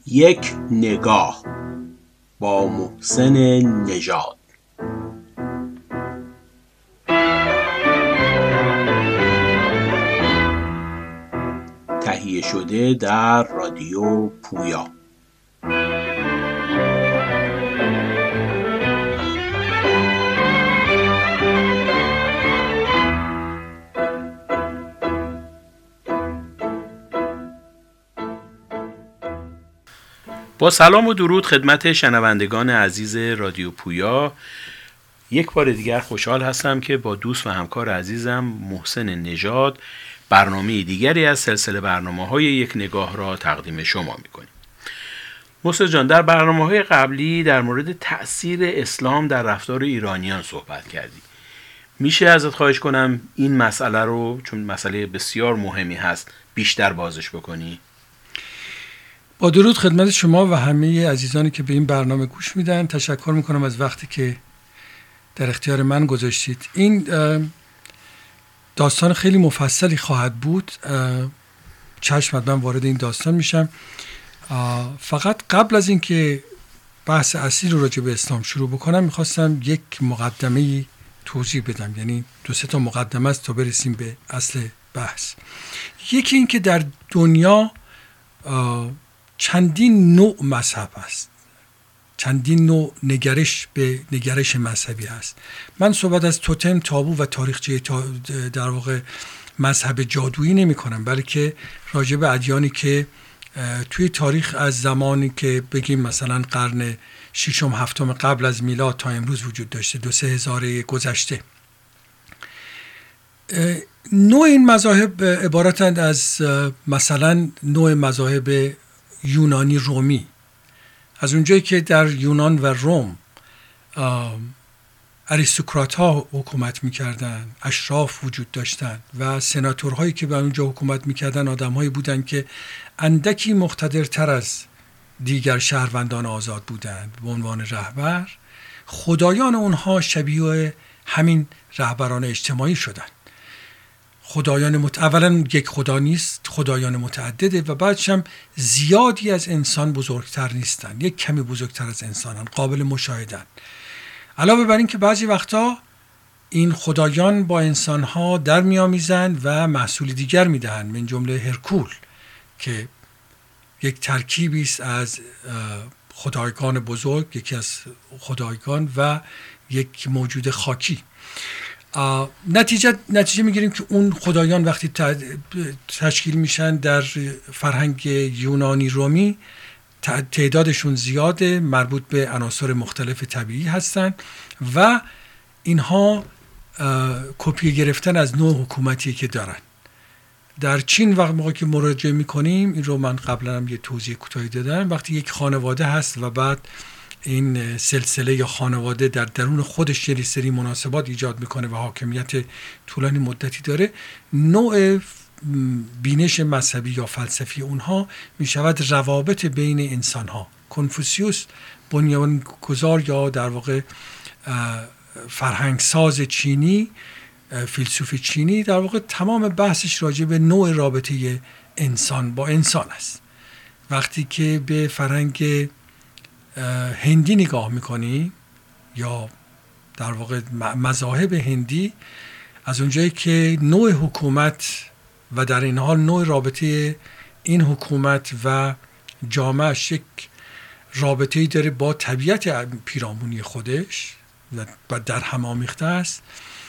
یک نگاه با محسن نژاد. تهیه شده در رادیو پویا. با سلام و درود خدمت شنوندگان عزیز رادیو پویا. یک بار دیگر خوشحال هستم که با دوست و همکار عزیزم محسن نژاد برنامه دیگری از سلسله برنامه‌های یک نگاه را تقدیم شما می‌کنیم. محسن جان، در برنامه‌های قبلی در مورد تأثیر اسلام در رفتار ایرانیان صحبت کردی. میشه ازت خواهش کنم این مسئله رو، چون مسئله بسیار مهمی هست، بیشتر بازش بکنی؟ با درود خدمت شما و همه عزیزانی که به این برنامه گوش میدن. تشکر میکنم از وقتی که در اختیار من گذاشتید. این داستان خیلی مفصلی خواهد بود. چشم من وارد این داستان میشم. فقط قبل از اینکه بحث اصلی رو راجع به اسلام شروع بکنم میخواستم یک مقدمه توضیح بدم، یعنی 2-3 تا مقدمه است تا برسیم به اصل بحث. یکی این که در دنیا چندین نوع مذهب هست، چندین نوع نگرش به نگرش مذهبی هست. من صحبت از توتم، تابو و تاریخچه در واقع مذهب جادویی نمی کنم، بلکه راجع به ادیانی که توی تاریخ از زمانی که بگیم مثلا قرن 6-7 قبل از میلاد تا امروز وجود داشته، 2-3 هزاره گذشته. نوع این مذاهب عبارتند از مثلا نوع مذاهب یونانی رومی. از اونجایی که در یونان و روم اریستوکرات ها حکومت میکردن، اشراف وجود داشتن و سناتورهایی که به اونجا حکومت میکردن آدم هایی بودن که اندکی مقتدرتر از دیگر شهروندان آزاد بودند. به عنوان رهبر خدایان اونها شبیه همین رهبران اجتماعی شدن. خدایان اولا یک خدا نیست، خدایان متعدده و بعدش هم زیادی از انسان بزرگتر نیستن، یک کمی بزرگتر از انسانن، قابل مشاهدن. علاوه بر این که بعضی وقتا این خدایان با انسانها در میامیزند و محصول دیگر میدهند، من جمله هرکول که یک ترکیبی است از خدایگان بزرگ، یکی از خدایگان و یک موجود خاکی. نتیجه میگیریم که اون خدایان وقتی تشکیل میشن در فرهنگ یونانی رومی تعدادشون زیاده، مربوط به عناصر مختلف طبیعی هستن و اینها کپی گرفتن از نوع حکومتی که دارن. در چین وقت موقعی که مراجعه میکنیم، این رو من قبلا هم یه توضیح کوتاهی دادم، وقتی یک خانواده هست و بعد این سلسله یا خانواده در درون خودش یه سری مناسبات ایجاد میکنه و حاکمیت طولانی مدتی داره، نوع بینش مذهبی یا فلسفی اونها میشود روابط بین انسانها. کنفوسیوس، بنیانگذار یا در واقع فرهنگساز چینی، فیلسوف چینی، در واقع تمام بحثش راجع به نوع رابطه انسان با انسان است. وقتی که به فرهنگ هندی نگاه میکنی یا در واقع مذاهب هندی، از اونجایی که نوع حکومت و در این حال نوع رابطه این حکومت و جامعهش یک رابطه‌ای داره با طبیعت پیرامونی خودش و در هم آمیخته است،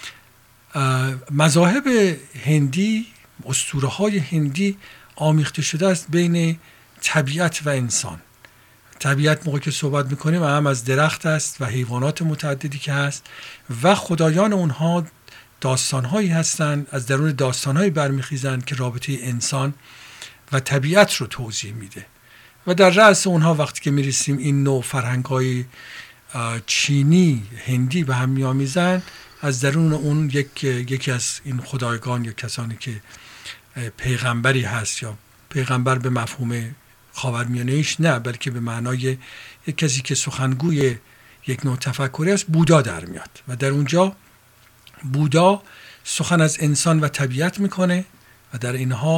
مذاهب هندی، اسطوره‌های هندی آمیخته شده است بین طبیعت و انسان. طبیعت موقعی که صحبت میکنیم هم از درخت است و حیوانات متعددی که هست و خدایان اونها داستانهایی هستند، از درون داستانهایی برمیخیزند که رابطه انسان و طبیعت رو توضیح میده. و در رأس اونها وقتی که میرسیم این نوع فرهنگ‌های چینی هندی به هم میامیزند، از درون اون یکی از این خدایگان یا کسانی که پیغمبری هست، یا پیغمبر به مفهوم خاورمیانه‌ایش نه، بلکه به معنای یک کسی که سخنگوی یک نوع تفکری است، بودا در میاد و در اونجا بودا سخن از انسان و طبیعت میکنه و در این حال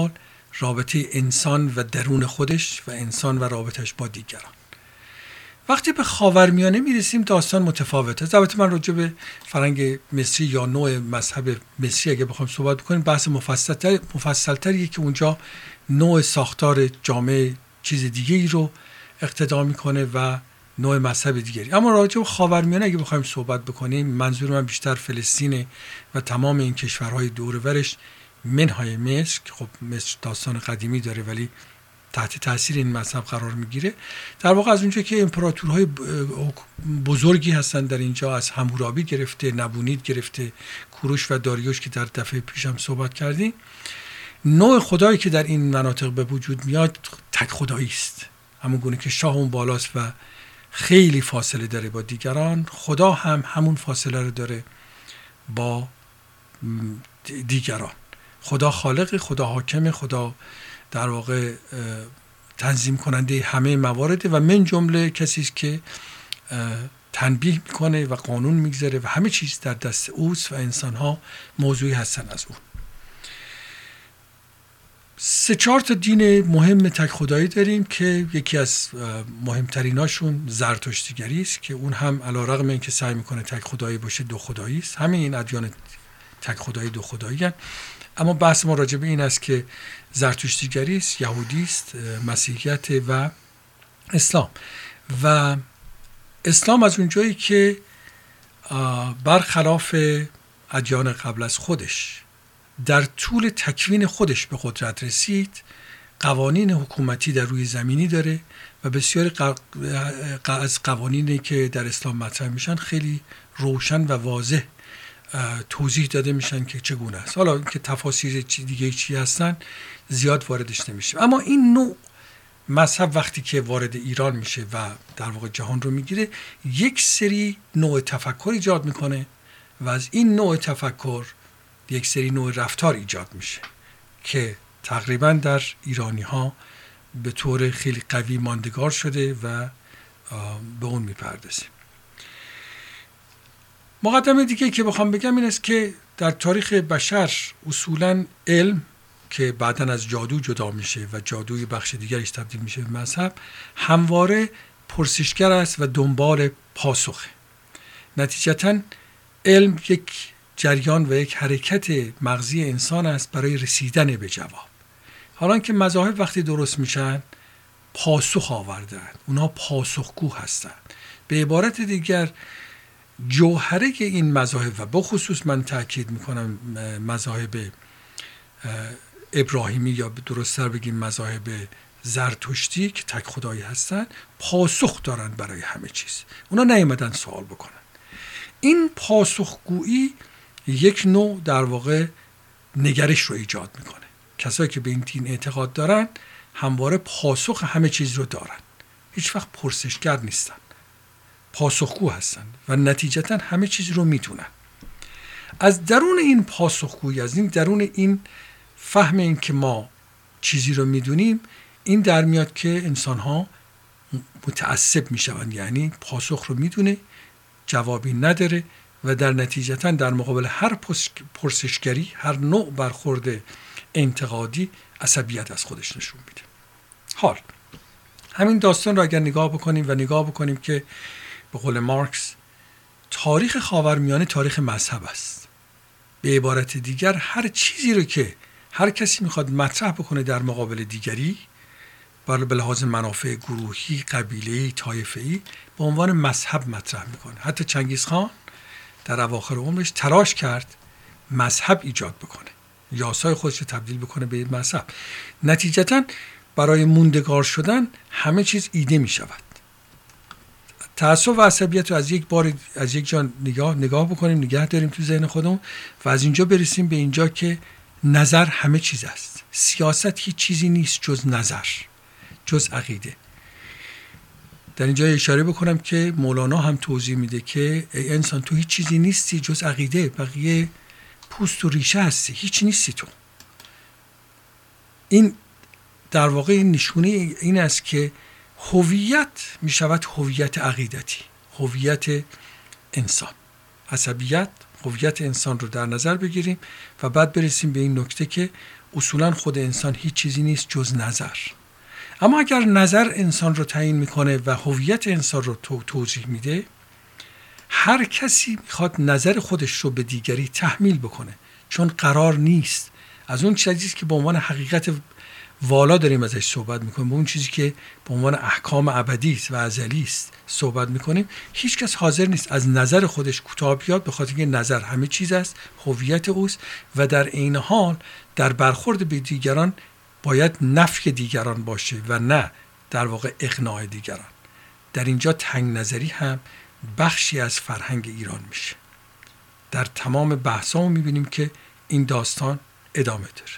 رابطه انسان و درون خودش و انسان و رابطش با دیگران. وقتی به خاورمیانه میرسیم داستان متفاوته. البته من راجع به فرهنگ مصری یا نوع مذهب مصری اگه بخوایم صحبت بکنیم بحث مفصل‌تریه که اونجا نوع ساختار جامعه چیز دیگه ای رو اقتضا میکنه و نوع مذهب دیگری. اما راجع به خاورمیانه اگه بخوایم صحبت بکنیم منظور من بیشتر فلسطین و تمام این کشورهای دور و برش منهای مصر که خب مصر داستان قدیمی داره ولی تحت تاثیر این مذهب قرار میگیره. در واقع از اونجا که امپراتورهای بزرگی هستن در اینجا، از حمورابی گرفته، نبونید گرفته، کوروش و داریوش که در دفعه پیشم صحبت کردیم، نوع خدایی که در این مناطق به وجود میاد تک خدایی است. همون گونه که شاه اون بالاست و خیلی فاصله داره با دیگران، خدا هم همون فاصله رو داره با دیگران. خدا خالق، خدا حاکم، خدا در واقع تنظیم کننده همه موارد و من جمله کسی است که تنبیه میکنه و قانون میگذاره و همه چیز در دست اوست و انسان ها موضوعی هستن از اون. 3-4 تا دین مهم تک خدایی داریم که یکی از مهمتریناشون زرتشتیگری است که اون هم علیرغم اینکه سعی میکنه تک خدایی باشه دو خدایی است. همه این ادیان تک خدایی دو خدایی هستند. اما بحث ما راجع به این است که زرتشتیگری است، یهودی است، مسیحیت و اسلام. و اسلام از اونجایی که برخلاف ادیان قبل از خودش در طول تکوین خودش به قدرت رسید، قوانین حکومتی در روی زمینی داره و بسیار از قوانینی که در اسلام مطرح میشن خیلی روشن و واضح توضیح داده میشن که چگونه است. حالا که تفاسیر دیگه چی هستن زیاد واردش نمیشه. اما این نوع مذهب وقتی که وارد ایران میشه و در واقع جهان رو میگیره، یک سری نوع تفکر ایجاد میکنه و از این نوع تفکر یک سری نوع رفتار ایجاد میشه که تقریبا در ایرانی ها به طور خیلی قوی ماندگار شده و به اون میپردازیم. مقدمه دیگه که بخوام بگم این است که در تاریخ بشر اصولاً علم که بعداً از جادو جدا میشه و جادوی بخش دیگرش تبدیل میشه به مذهب، همواره پرسشگر است و دنبال پاسخه. نتیجتاً علم یک جریان و یک حرکت مغزی انسان است برای رسیدن به جواب. حالا که مذاهب وقتی درست میشن پاسخ آوردن، اونها پاسخگو هستن. به عبارت دیگر جوهره این مذاهب و بخصوص من تاکید میکنم مذاهب ابراهیمی یا درست‌تر بگیم مذاهب زرتشتی که تک خدایی هستن، پاسخ دارن برای همه چیز. اونا نیومدن سوال بکنن. این پاسخگویی یک نوع در واقع نگرش رو ایجاد میکنه. کسایی که به این دین اعتقاد دارن همواره پاسخ همه چیز رو دارن، هیچ وقت پرسشگر نیستن، پاسخگو هستن و نتیجتا همه چیز رو میتونن. از درون این پاسخگویی، از این درون این فهم این که ما چیزی رو میدونیم، این در میاد که انسان ها متعصب میشوند، یعنی پاسخ رو میدونه، جوابی نداره و در نتیجتا در مقابل هر پرسشگری، هر نوع برخورد انتقادی عصبیت از خودش نشون میده. حال همین داستان رو اگر نگاه بکنیم که به قول مارکس تاریخ خاورمیانه تاریخ مذهب است. به عبارت دیگر هر چیزی رو که هر کسی میخواد مطرح بکنه در مقابل دیگری به لحاظ منافع گروهی، قبیله‌ای، طایفه‌ای به عنوان مذهب مطرح میکنه. حتی چنگیز خان در اواخر عمرش تلاش کرد مذهب ایجاد بکنه، یاسای خودش رو تبدیل بکنه به مذهب. نتیجتاً برای موندگار شدن همه چیز ایده می شود. تعصب و عصبیت رو از یک جا نگاه بکنیم، نگه داریم تو ذهن خودمون و از اینجا برسیم به اینجا که نظر همه چیز است. سیاست هیچ چیزی نیست جز نظر، جز عقیده. در اینجا اشاره بکنم که مولانا هم توضیح میده که ای انسان تو هیچ چیزی نیستی جز عقیده، بقیه پوست و ریشه هستی، هیچ نیستی تو. این در واقع این نشونه این است که هویت می شود هویت عقیدتی، هویت انسان. عصبیت هویت انسان رو در نظر بگیریم و بعد برسیم به این نکته که اصولا خود انسان هیچ چیزی نیست جز نظر. اما اگر نظر انسان رو تعیین میکنه و هویت انسان رو توضیح میده، هر کسی میخواد نظر خودش رو به دیگری تحمیل بکنه، چون قرار نیست از اون چیزی که به عنوان حقیقت والا داریم ازش صحبت میکنیم، به اون چیزی که به عنوان احکام ابدی است و ازلی است صحبت میکنیم، هیچ کس حاضر نیست از نظر خودش کوتاه بیاد، به خاطر اینکه نظر همه چیز است، هویت اوست و در عین حال در برخورد به دیگران باید نفی دیگران باشه و نه در واقع اقناع دیگران. در اینجا تنگ نظری هم بخشی از فرهنگ ایران میشه. در تمام بحثامون میبینیم که این داستان ادامه داره.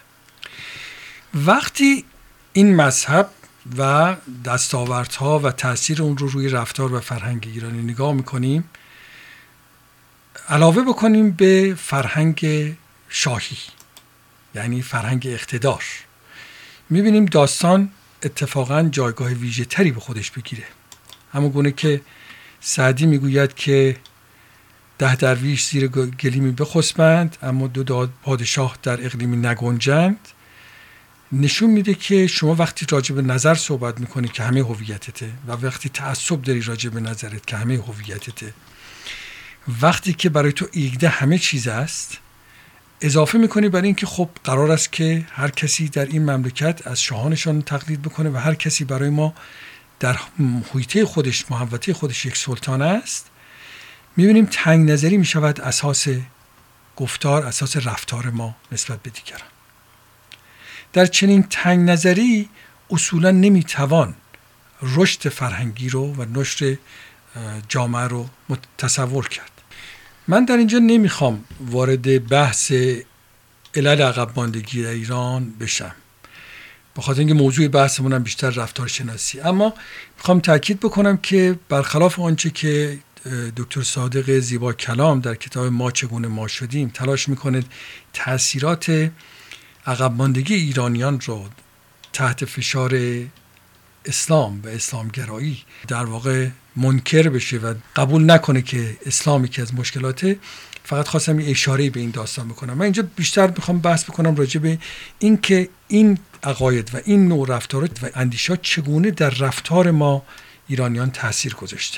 وقتی این مذهب و دستاوردها و تأثیر اون رو روی رفتار و فرهنگ ایرانی نگاه میکنیم، علاوه بکنیم به فرهنگ شاهی، یعنی فرهنگ اقتدار، میبینیم داستان اتفاقا جایگاه ویژه تری به خودش بگیره. همون گونه که سعدی میگوید که 10 درویش زیر گلیمی بخسبند اما 2 پادشاه در اقلیمی نگنجند، نشون میده که شما وقتی راجع به نظر صحبت میکنی که همه هویتته، و وقتی تعصب داری راجع به نظرت که همه هویتته، وقتی که برای تو ایده همه چیز است، اضافه میکنی برای اینکه خب قرار است که هر کسی در این مملکت از شاهانشان تقلید بکنه و هر کسی برای ما در محیطه خودش، محوطه خودش یک سلطان است، میبینیم تنگ نظری میشود اساس گفتار، اساس رفتار ما نسبت به دیگران. در چنین تنگ نظری اصولا نمیتوان رشد فرهنگی رو و نشر جامعه رو تصور کرد. من در اینجا نمیخوام وارد بحث علل عقب ماندگی در ایران بشم، به خاطر اینکه موضوع بحثمون هم بیشتر رفتار شناسی، اما میخوام تاکید بکنم که برخلاف آنچه که دکتر صادق زیبا کلام در کتاب ما چگونه ما شدیم تلاش میکنه تأثیرات عقب ماندگی ایرانیان رو تحت فشار اسلام و اسلامگرایی در واقع منکر بشه و قبول نکنه که اسلامی که از مشکلاته، فقط خواستم یه اشاره به این داستان بکنم. من اینجا بیشتر میخوام بحث بکنم راجع به این که این عقاید و این نوع رفتارات و اندیشات چگونه در رفتار ما ایرانیان تأثیر گذاشته.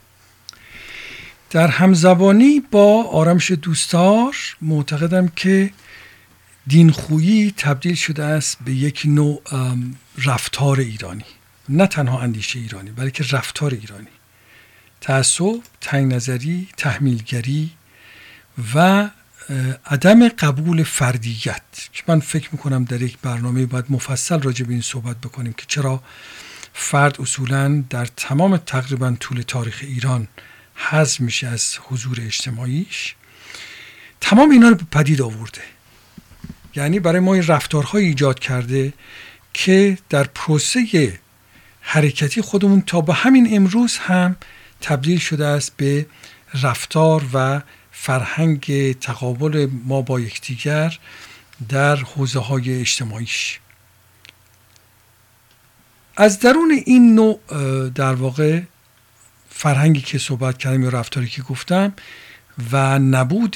در همزبانی با آرامش دوستدار معتقدم که دینخویی تبدیل شده است به یک نوع رفتار ایرانی، نه تنها اندیشه ایرانی بلکه رفتار ایرانی. تعصب، تنگ نظری، تحمیلگری و عدم قبول فردیت که من فکر میکنم در یک برنامه باید مفصل راجع به این صحبت بکنیم که چرا فرد اصولاً در تمام تقریباً طول تاریخ ایران حذف میشه از حضور اجتماعیش. تمام اینا رو پدید آورده، یعنی برای ما این رفتارهای ایجاد کرده که در پروسه حرکتی خودمون تا به همین امروز هم تبدیل شده است به رفتار و فرهنگ تقابل ما با یکدیگر در حوزه‌های اجتماعیش. از درون این نوع در واقع فرهنگی که صحبت کردم یا رفتاری که گفتم و نبود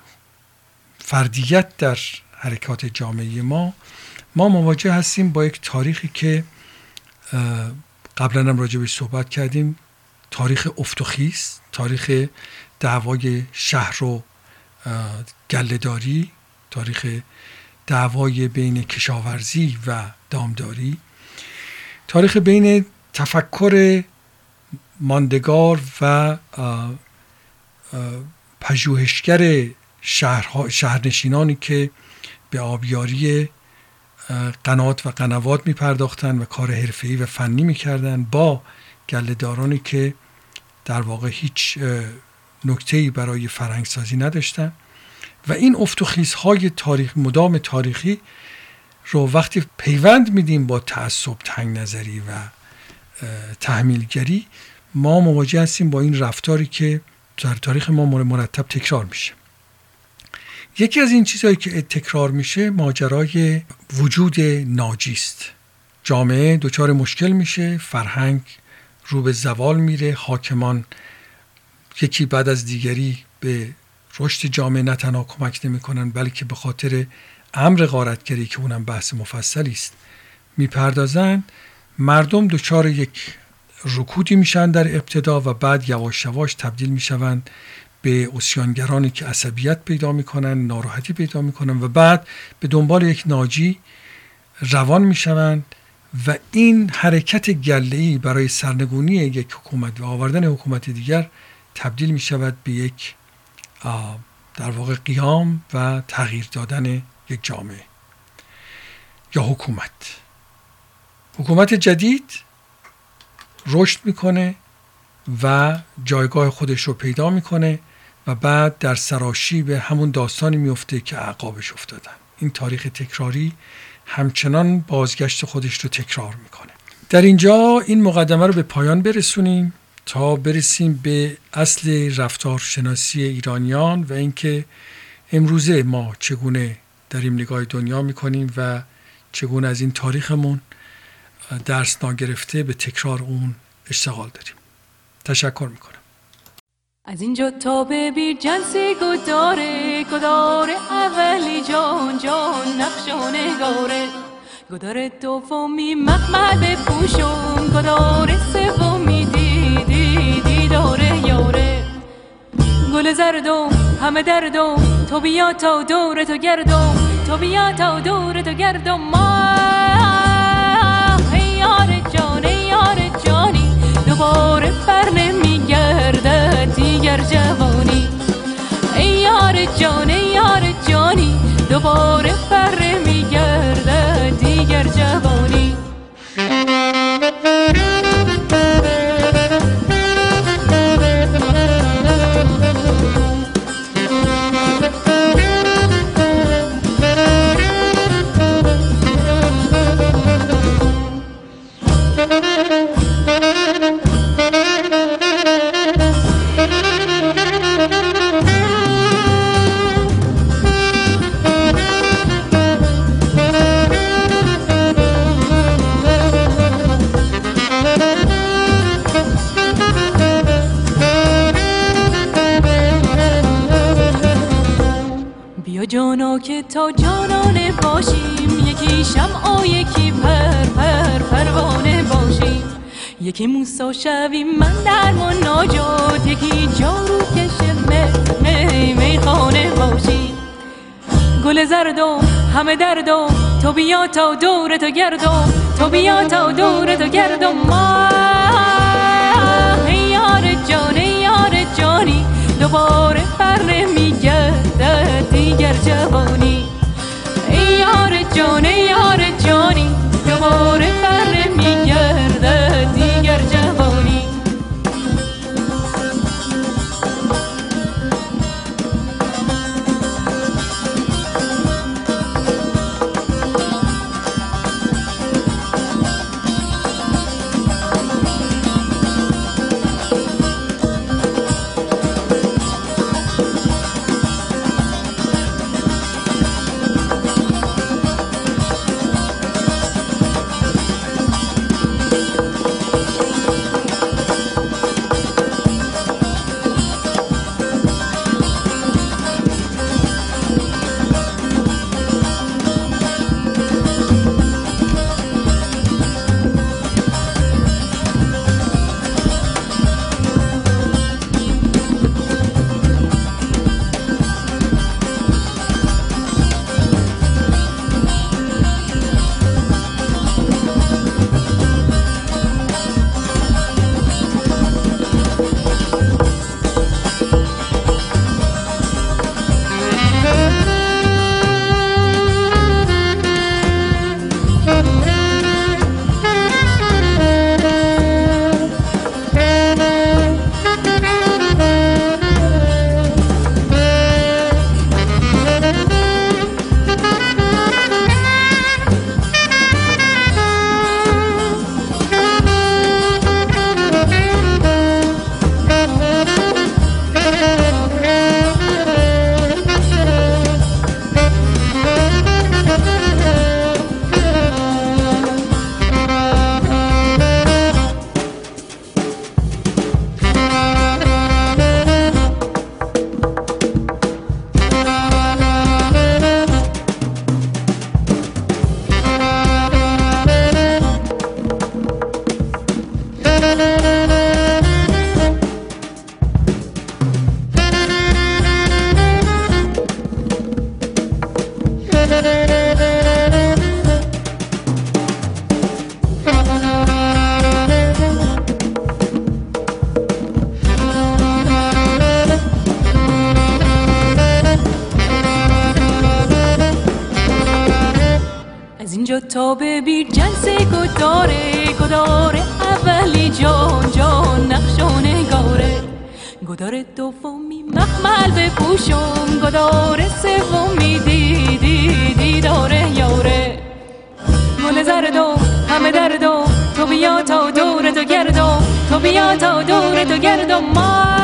فردیت در حرکات جامعه ما مواجه هستیم با یک تاریخی که قبلا هم راجع بهش صحبت کردیم، تاریخ افت و خیز، تاریخ دعوای شهر و گله‌داری، تاریخ دعوای بین کشاورزی و دامداری، تاریخ بین تفکر ماندگار و پژوهشگر شهرنشینانی که به آبیاری قنات و قنوات می پرداختن و کار حرفه‌ای و فنی می کردن، با گله‌دارانی که در واقع هیچ نکته‌ای برای فرهنگسازی نداشتن. و این افت و خیزهای تاریخ مدام تاریخی رو وقتی پیوند میدیم با تعصب، تنگ نظری و تحمیلگری، ما مواجه هستیم با این رفتاری که در تاریخ ما مرتب تکرار میشه. یکی از این چیزهایی که تکرار میشه ماجرای وجود ناجی است. جامعه دچار مشکل میشه، فرهنگ رو به زوال میره، حاکمان یکی بعد از دیگری به رشد جامعه نه تنها کمک نمیکنن بلکه به خاطر امر غارتگری که اونم بحث مفصلی است میپردازن، مردم دچار یک رکودی میشن در ابتدا و بعد یواش یواش تبدیل میشوند به عصیانگرانی که عصبیت پیدا میکنن، ناراحتی پیدا میکنن و بعد به دنبال یک ناجی روان میشوند و این حرکت گله‌ای برای سرنگونی یک حکومت و آوردن حکومت دیگر تبدیل میشود به یک در واقع قیام و تغییر دادن یک جامعه یا حکومت جدید رشد میکنه و جایگاه خودش رو پیدا میکنه و بعد در سراشیب همون داستانی میفته که اعقابش افتادن. این تاریخ تکراری همچنان بازگشت خودش رو تکرار میکنه. در اینجا این مقدمه رو به پایان برسونیم تا برسیم به اصل رفتارشناسی ایرانیان و اینکه امروزه ما چگونه داریم نگاه دنیا میکنیم و چگونه از این تاریخمون درس ناگرفته به تکرار اون اشتغال داریم. تشکر میکنم. از اینجا تا به بیر جنسی گداره اولی جان نقش و نگاره، گداره دومی مخمل پوشون، گداره سومی دیداره یاره، گل زردم همه دردم، تو بیا تا دور تو گردم، تو بیا تا دور تو گردم ما یار جانی، دوباره بر نمیگردد دیگر جوانی، ای یار جانی دوباره بر نمیگردد دیگر جوانی. جانا که تا جانانه باشیم، یکی شمع و یکی پروانه باشیم، یکی موسی شویم من در مناجات، یکی جارو کش میخانه باشیم، گل زردم همه دردم، تو بیا تا دور تو گردم، تو بیا تا دور تو گردم ما یار جانی دوباره بر نمیگردد دیگر جوانی، ای یار جانی دوباره بر نمیگردد دیگر جوانی. تا به بیر جلسه گداره اولی جان جان نقش و نگاره گداره دومی مخمل بپوشم گداره سومی دیداره یاره گل زردو همه دردو تو بیا تا دور تو گردو تو بیا تا دور تو گردو ما